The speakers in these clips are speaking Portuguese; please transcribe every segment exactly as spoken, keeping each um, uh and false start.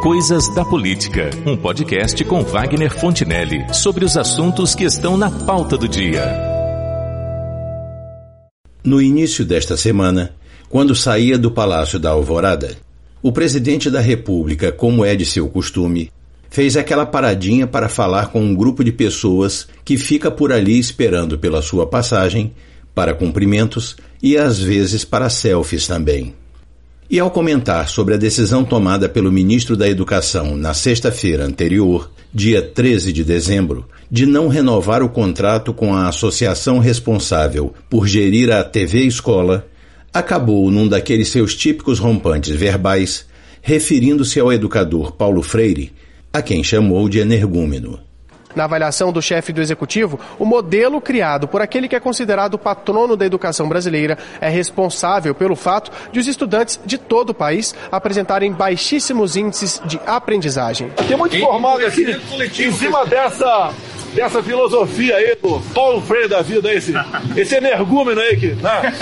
Coisas da Política, um podcast com Wagner Fontinelli sobre os assuntos que estão na pauta do dia. No início desta semana, quando saía do Palácio da Alvorada, o presidente da República, como é de seu costume, fez aquela paradinha para falar com um grupo de pessoas que fica por ali esperando pela sua passagem, para cumprimentos e às vezes para selfies também. E ao comentar sobre a decisão tomada pelo ministro da Educação na sexta-feira anterior, dia treze de dezembro, de não renovar o contrato com a associação responsável por gerir a T V Escola, acabou num daqueles seus típicos rompantes verbais, referindo-se ao educador Paulo Freire, a quem chamou de energúmeno. Na avaliação do chefe do Executivo, o modelo criado por aquele que é considerado o patrono da educação brasileira é responsável pelo fato de os estudantes de todo o país apresentarem baixíssimos índices de aprendizagem. Tem muito formado aqui em cima dessa, dessa filosofia aí do Paulo Freire da vida, esse, esse energúmeno aí que né?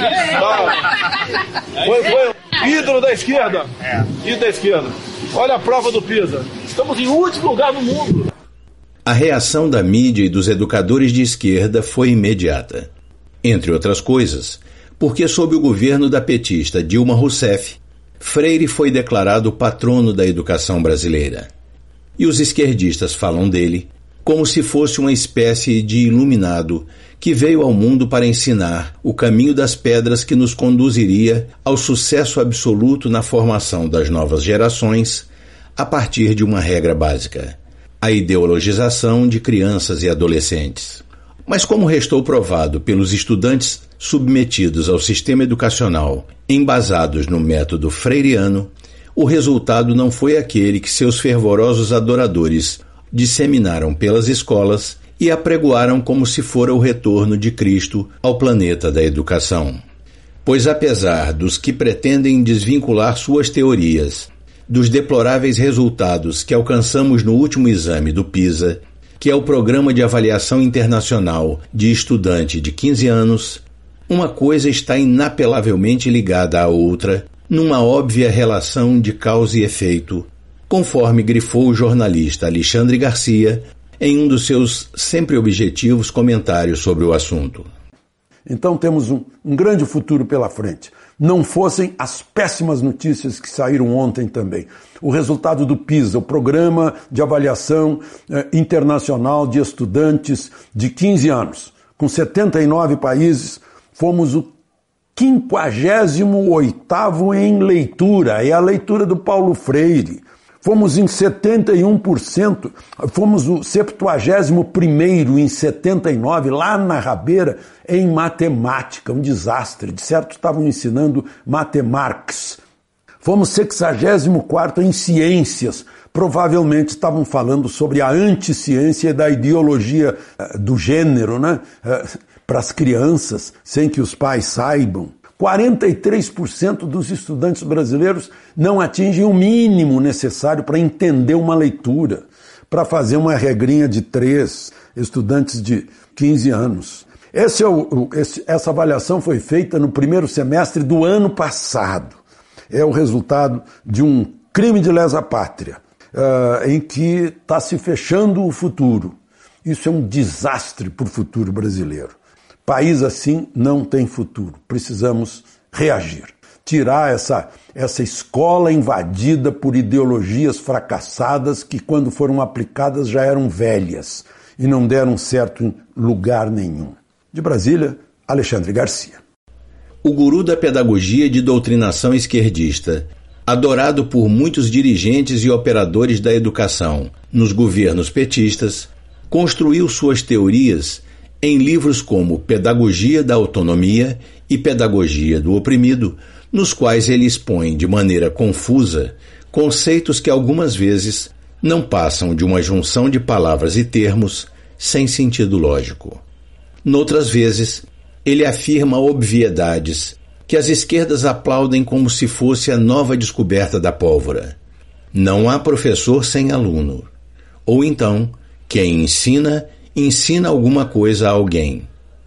foi, foi ídolo da esquerda, ídolo da esquerda. Olha a prova do PISA. Estamos em último lugar no mundo. A reação da mídia e dos educadores de esquerda foi imediata. Entre outras coisas, porque sob o governo da petista Dilma Rousseff, Freire foi declarado patrono da educação brasileira. E os esquerdistas falam dele como se fosse uma espécie de iluminado que veio ao mundo para ensinar o caminho das pedras que nos conduziria ao sucesso absoluto na formação das novas gerações a partir de uma regra básica: a ideologização de crianças e adolescentes. Mas como restou provado pelos estudantes submetidos ao sistema educacional embasados no método freiriano, o resultado não foi aquele que seus fervorosos adoradores disseminaram pelas escolas e apregoaram como se fora o retorno de Cristo ao planeta da educação. Pois apesar dos que pretendem desvincular suas teorias dos deploráveis resultados que alcançamos no último exame do PISA, que é o Programa de Avaliação Internacional de Estudante de quinze anos, uma coisa está inapelavelmente ligada à outra, numa óbvia relação de causa e efeito, conforme grifou o jornalista Alexandre Garcia em um dos seus sempre objetivos comentários sobre o assunto. Então temos um, um grande futuro pela frente. Não fossem as péssimas notícias que saíram ontem também. O resultado do PISA, o Programa de Avaliação eh, Internacional de Estudantes de quinze anos. Com setenta e nove países, fomos o quinquagésimo oitavo em leitura. É a leitura do Paulo Freire. Fomos em setenta e um por cento, fomos o septuagésimo primeiro em setenta e nove, lá na rabeira, em matemática, um desastre. De certo, estavam ensinando matemarques. Fomos sexagésimo quarto em ciências, provavelmente estavam falando sobre a anticiência da ideologia do gênero, né? Para as crianças, sem que os pais saibam. quarenta e três por cento dos estudantes brasileiros não atingem o mínimo necessário para entender uma leitura, para fazer uma regrinha de três, estudantes de quinze anos. Esse é o, esse, essa avaliação foi feita no primeiro semestre do ano passado. É o resultado de um crime de lesa pátria, uh, em que está se fechando o futuro. Isso é um desastre para o futuro brasileiro. País assim não tem futuro. Precisamos reagir. Tirar essa, essa escola invadida por ideologias fracassadas que, quando foram aplicadas, já eram velhas e não deram certo em lugar nenhum. De Brasília, Alexandre Garcia. O guru da pedagogia de doutrinação esquerdista, adorado por muitos dirigentes e operadores da educação nos governos petistas, construiu suas teorias em livros como Pedagogia da Autonomia e Pedagogia do Oprimido, nos quais ele expõe de maneira confusa conceitos que algumas vezes não passam de uma junção de palavras e termos sem sentido lógico. Noutras vezes, ele afirma obviedades que as esquerdas aplaudem como se fosse a nova descoberta da pólvora. Não há professor sem aluno. Ou então, quem ensina ensina alguma coisa a alguém.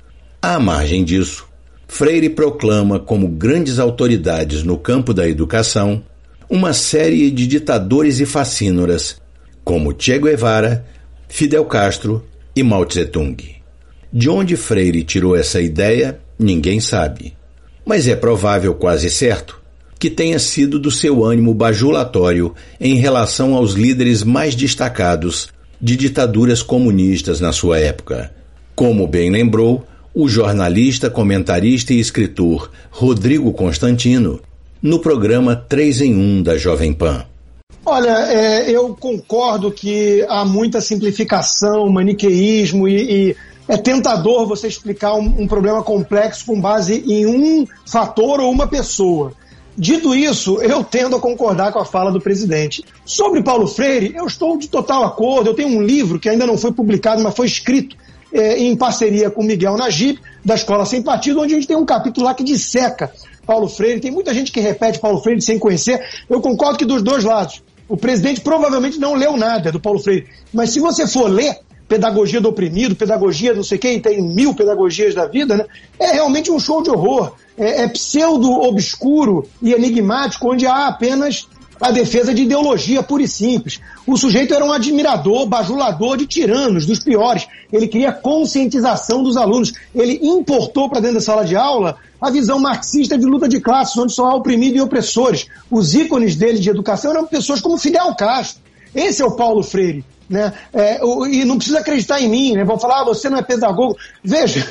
À margem disso, Freire proclama como grandes autoridades no campo da educação uma série de ditadores e facínoras, como Che Guevara, Fidel Castro e Mao Tse-tung. De onde Freire tirou essa ideia, ninguém sabe. Mas é provável, quase certo, que tenha sido do seu ânimo bajulatório em relação aos líderes mais destacados de ditaduras comunistas na sua época. Como bem lembrou o jornalista, comentarista e escritor Rodrigo Constantino, no programa três em um da Jovem Pan. Olha, é, eu concordo que há muita simplificação, maniqueísmo e, e é tentador você explicar um, um problema complexo com base em um fator ou uma pessoa. Dito isso, eu tendo a concordar com a fala do presidente. Sobre Paulo Freire, eu estou de total acordo. Eu tenho um livro que ainda não foi publicado, mas foi escrito é, em parceria com Miguel Najib, da Escola Sem Partido, onde a gente tem um capítulo lá que disseca Paulo Freire. Tem muita gente que repete Paulo Freire sem conhecer. Eu concordo que dos dois lados. O presidente provavelmente não leu nada do Paulo Freire, mas se você for ler Pedagogia do Oprimido, Pedagogia não sei quem, tem mil pedagogias da vida, né? É realmente um show de horror, é, é pseudo-obscuro e enigmático, onde há apenas a defesa de ideologia pura e simples. O sujeito era um admirador, bajulador de tiranos, dos piores. Ele queria conscientização dos alunos. Ele importou para dentro da sala de aula a visão marxista de luta de classes, onde só há oprimido e opressores. Os ícones dele de educação eram pessoas como Fidel Castro. Esse é o Paulo Freire. Né? É, o, e não precisa acreditar em mim, né? Vão falar, ah, você não é pedagogo. Veja,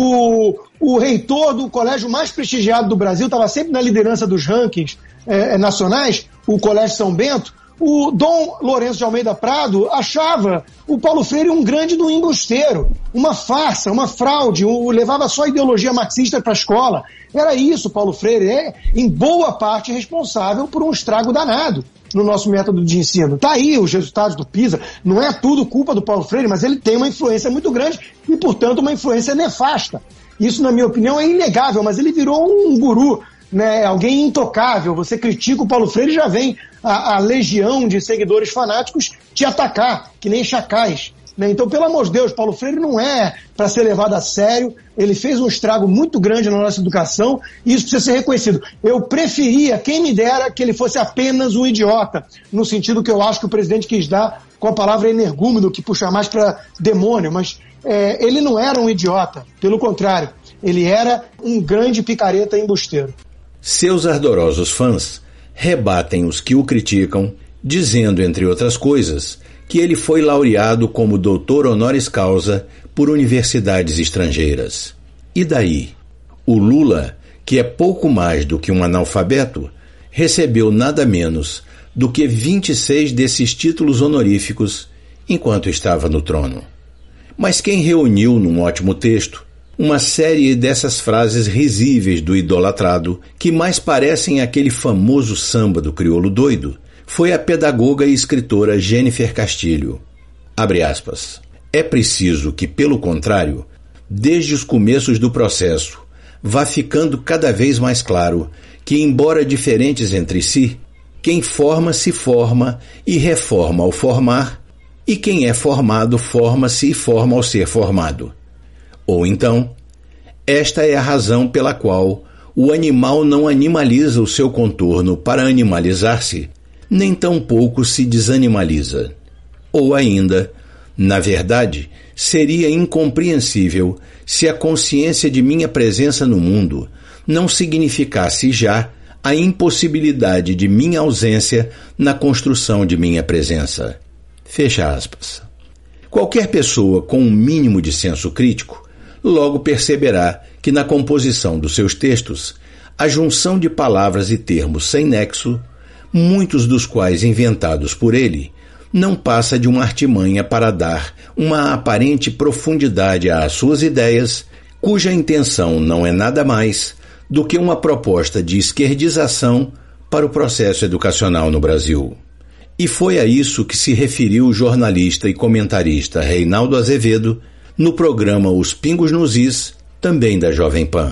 o, o reitor do colégio mais prestigiado do Brasil estava sempre na liderança dos rankings é, nacionais, o Colégio São Bento. O Dom Lourenço de Almeida Prado achava o Paulo Freire um grande do embusteiro, uma farsa, uma fraude, um, levava só a ideologia marxista para a escola. Era isso, Paulo Freire é, em boa parte, responsável por um estrago danado no nosso método de ensino. Está aí os resultados do PISA, não é tudo culpa do Paulo Freire, mas ele tem uma influência muito grande e, portanto, uma influência nefasta. Isso, na minha opinião, é inegável, mas ele virou um guru, né, alguém intocável. Você critica o Paulo Freire e já vem a, a legião de seguidores fanáticos te atacar, que nem chacais. Né? Então, pelo amor de Deus, Paulo Freire não é para ser levado a sério, ele fez um estrago muito grande na nossa educação e isso precisa ser reconhecido. Eu preferia, quem me dera, que ele fosse apenas um idiota, no sentido que eu acho que o presidente quis dar com a palavra energúmeno, que puxa mais para demônio, mas é, ele não era um idiota, pelo contrário, ele era um grande picareta embusteiro. Seus ardorosos fãs rebatem os que o criticam, dizendo, entre outras coisas, que ele foi laureado como doutor honoris causa por universidades estrangeiras. E daí? O Lula, que é pouco mais do que um analfabeto, recebeu nada menos do que vinte e seis desses títulos honoríficos enquanto estava no trono. Mas quem reuniu num ótimo texto uma série dessas frases risíveis do idolatrado, que mais parecem aquele famoso samba do crioulo doido, foi a pedagoga e escritora Jennifer Castilho. Abre aspas. É preciso que, pelo contrário, desde os começos do processo, vá ficando cada vez mais claro que, embora diferentes entre si, quem forma se forma e reforma ao formar, e quem é formado forma-se e forma ao ser formado. Ou então, esta é a razão pela qual o animal não animaliza o seu contorno para animalizar-se, nem tampouco se desanimaliza. Ou ainda, na verdade, seria incompreensível se a consciência de minha presença no mundo não significasse já a impossibilidade de minha ausência na construção de minha presença. Fecha aspas. Qualquer pessoa com um mínimo de senso crítico logo perceberá que na composição dos seus textos, a junção de palavras e termos sem nexo, muitos dos quais inventados por ele, não passa de uma artimanha para dar uma aparente profundidade às suas ideias, cuja intenção não é nada mais do que uma proposta de esquerdização para o processo educacional no Brasil. E foi a isso que se referiu o jornalista e comentarista Reinaldo Azevedo no programa Os Pingos nos Is, também da Jovem Pan.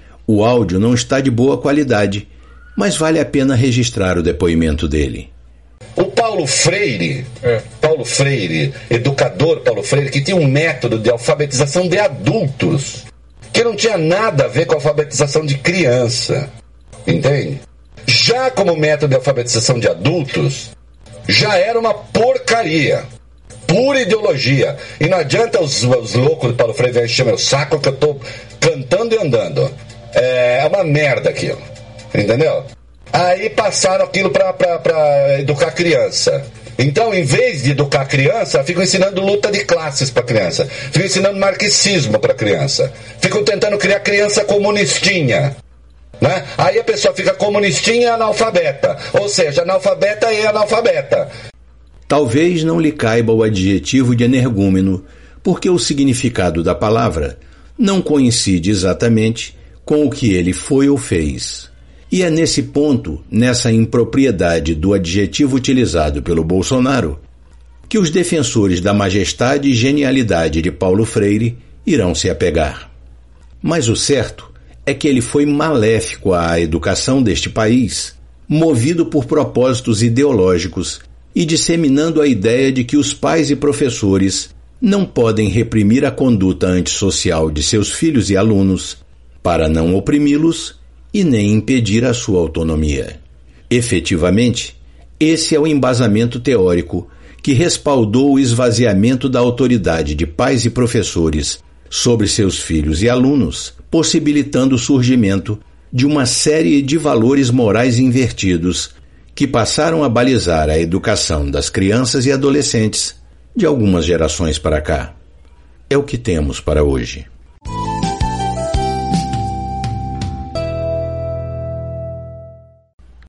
O áudio não está de boa qualidade, mas vale a pena registrar o depoimento dele. O Paulo Freire, é. Paulo Freire, educador Paulo Freire, que tinha um método de alfabetização de adultos, que não tinha nada a ver com a alfabetização de criança, entende? Já como método de alfabetização de adultos, já era uma porcaria. Pura ideologia. E não adianta os, os loucos do Paulo Freire encher meu saco que eu tô cantando e andando. É, é uma merda aquilo. Entendeu? Aí passaram aquilo pra, pra, pra educar a criança. Então, em vez de educar a criança, ficam ensinando luta de classes para a criança. Ficam ensinando marxismo para a criança. Ficam tentando criar criança comunistinha. Né? Aí a pessoa fica comunistinha e analfabeta. Ou seja, analfabeta e analfabeta. Talvez não lhe caiba o adjetivo de energúmeno, porque o significado da palavra não coincide exatamente com o que ele foi ou fez. E é nesse ponto, nessa impropriedade do adjetivo utilizado pelo Bolsonaro, que os defensores da majestade e genialidade de Paulo Freire irão se apegar. Mas o certo é que ele foi maléfico à educação deste país, movido por propósitos ideológicos e disseminando a ideia de que os pais e professores não podem reprimir a conduta antissocial de seus filhos e alunos para não oprimi-los e nem impedir a sua autonomia. Efetivamente, esse é o embasamento teórico que respaldou o esvaziamento da autoridade de pais e professores sobre seus filhos e alunos, possibilitando o surgimento de uma série de valores morais invertidos que passaram a balizar a educação das crianças e adolescentes de algumas gerações para cá. É o que temos para hoje.